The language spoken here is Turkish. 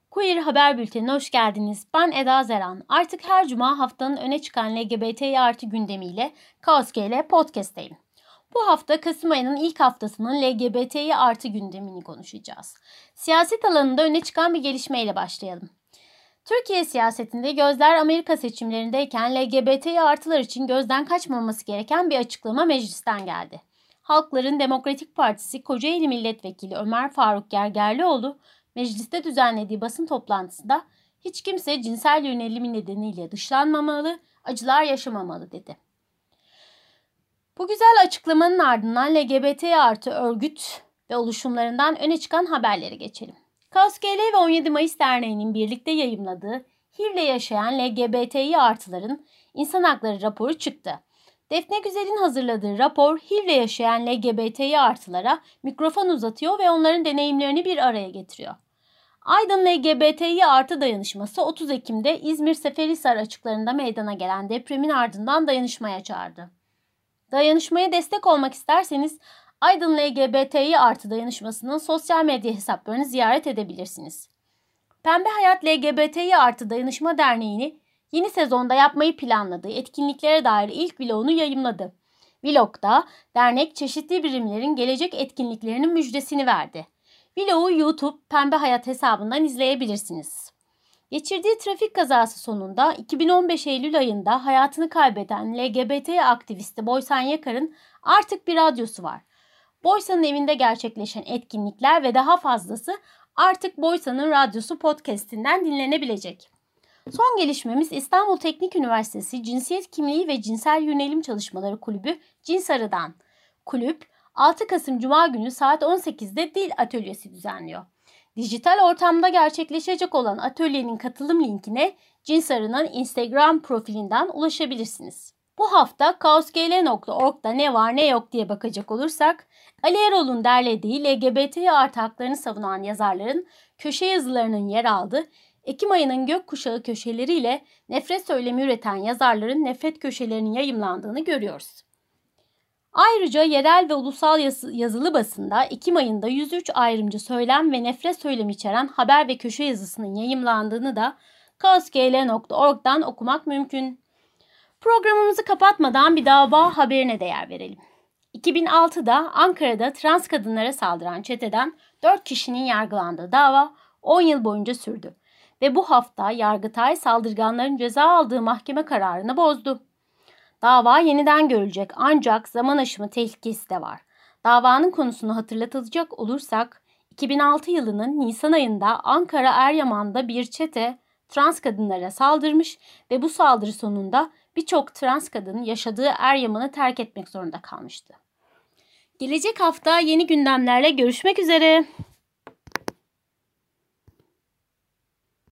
Queer Haber Bülteni'ne hoş geldiniz. Ben Eda Zeran. Artık her cuma haftanın öne çıkan LGBTİ artı gündemiyle Kaos GL Podcast'teyim. Bu hafta Kasım ayının ilk haftasının LGBTİ artı gündemini konuşacağız. Siyaset alanında öne çıkan bir gelişmeyle başlayalım. Türkiye siyasetinde gözler Amerika seçimlerindeyken LGBTİ artılar için gözden kaçmaması gereken bir açıklama meclisten geldi. Halkların Demokratik Partisi Kocaeli Milletvekili Ömer Faruk Gergerlioğlu, mecliste düzenlediği basın toplantısında hiç kimse cinsel yönelimi nedeniyle dışlanmamalı, acılar yaşamamalı dedi. Bu güzel açıklamanın ardından LGBT artı örgüt ve oluşumlarından öne çıkan haberlere geçelim. Kaos GL ve 17 Mayıs Derneği'nin birlikte yayımladığı HIV'le yaşayan LGBTİ artıların insan hakları raporu çıktı. Defne Güzel'in hazırladığı rapor HIV'le yaşayan LGBTİ artılara mikrofon uzatıyor ve onların deneyimlerini bir araya getiriyor. Aydın LGBTİ artı dayanışması 30 Ekim'de İzmir Seferihisar açıklarında meydana gelen depremin ardından dayanışmaya çağırdı. Dayanışmaya destek olmak isterseniz Aydın LGBTİ artı dayanışmasının sosyal medya hesaplarını ziyaret edebilirsiniz. Pembe Hayat LGBTİ artı dayanışma derneğini yeni sezonda yapmayı planladığı etkinliklere dair ilk vlogunu yayımladı. Vlogda dernek çeşitli birimlerin gelecek etkinliklerinin müjdesini verdi. Vlogu YouTube Pembe Hayat hesabından izleyebilirsiniz. Geçirdiği trafik kazası sonunda 2015 Eylül ayında hayatını kaybeden LGBT aktivisti Boysan Yakar'ın artık bir radyosu var. Boysan'ın evinde gerçekleşen etkinlikler ve daha fazlası artık Boysan'ın radyosu podcast'inden dinlenebilecek. Son gelişmemiz İstanbul Teknik Üniversitesi Cinsiyet Kimliği ve Cinsel Yönelim Çalışmaları Kulübü Cinsarı'dan. Kulüp 6 Kasım Cuma günü saat 18'de dil atölyesi düzenliyor. Dijital ortamda gerçekleşecek olan atölyenin katılım linkine Cinsarı'nın Instagram profilinden ulaşabilirsiniz. Bu hafta kaosgl.org'da ne var ne yok diye bakacak olursak, Ali Erol'un derlediği LGBT artı haklarını savunan yazarların köşe yazılarının yer aldığı Ekim ayının gökkuşağı köşeleriyle nefret söylemi üreten yazarların nefret köşelerinin yayımlandığını görüyoruz. Ayrıca yerel ve ulusal yazılı basında Ekim ayında 103 ayrımcı söylem ve nefret söylemi içeren haber ve köşe yazısının yayımlandığını da kaosgl.org'dan okumak mümkün. Programımızı kapatmadan bir dava haberine de yer verelim. 2006'da Ankara'da trans kadınlara saldıran çeteden 4 kişinin yargılandığı dava 10 yıl boyunca sürdü. Ve bu hafta Yargıtay saldırganların ceza aldığı mahkeme kararını bozdu. Dava yeniden görülecek ancak zaman aşımı tehlikesi de var. Davanın konusunu hatırlatacak olursak 2006 yılının Nisan ayında Ankara Eryaman'da bir çete trans kadınlara saldırmış ve bu saldırı sonunda birçok trans kadın yaşadığı Eryaman'ı terk etmek zorunda kalmıştı. Gelecek hafta yeni gündemlerle görüşmek üzere.